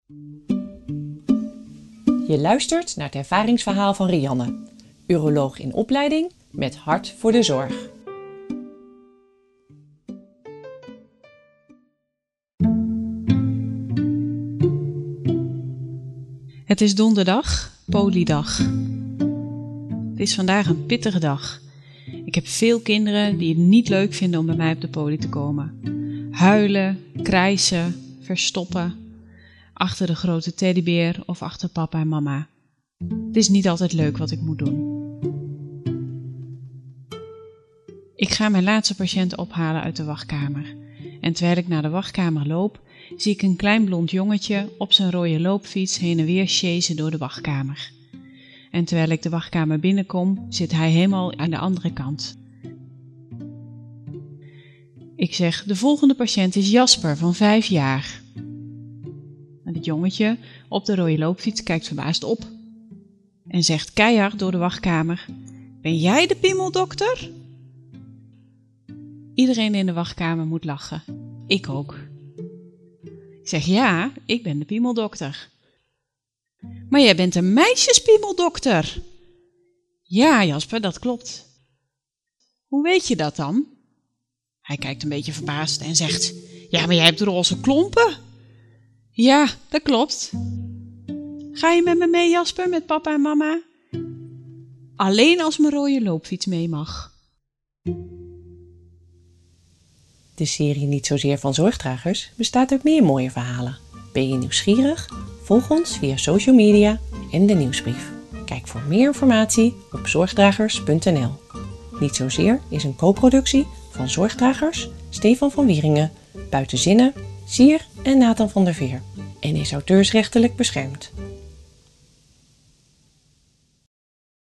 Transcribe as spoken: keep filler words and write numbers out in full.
Je luistert naar het ervaringsverhaal van Rianne, uroloog in opleiding met hart voor de zorg. Het is donderdag, poliedag. Het is vandaag een pittige dag. Ik heb veel kinderen die het niet leuk vinden om bij mij op de poli te komen. Huilen, krijsen, verstoppen, achter de grote teddybeer of achter papa en mama. Het is niet altijd leuk wat ik moet doen. Ik ga mijn laatste patiënt ophalen uit de wachtkamer. En terwijl ik naar de wachtkamer loop, zie ik een klein blond jongetje op zijn rode loopfiets heen en weer sjezen door de wachtkamer. En terwijl ik de wachtkamer binnenkom, zit hij helemaal aan de andere kant. Ik zeg, de volgende patiënt is Jasper van vijf jaar. En het jongetje op de rode loopfiets kijkt verbaasd op. En zegt keihard door de wachtkamer, ben jij de piemeldokter? Iedereen in de wachtkamer moet lachen. Ik ook. Ik zeg, ja, ik ben de piemeldokter. Maar jij bent een meisjespiemeldokter. Ja, Jasper, dat klopt. Hoe weet je dat dan? Hij kijkt een beetje verbaasd en zegt, ja, maar jij hebt roze klompen. Ja, dat klopt. Ga je met me mee, Jasper, met papa en mama? Alleen als mijn rode loopfiets mee mag. De serie Niet zozeer van zorgdragers bestaat uit meer mooie verhalen. Ben je nieuwsgierig? Volg ons via social media en de nieuwsbrief. Kijk voor meer informatie op zorgdragers punt n l. Niet zozeer is een co-productie van Zorgdragers, Stefan van Wieringen, Buitenzinnen, Sier en Nathan van der Veer en is auteursrechtelijk beschermd.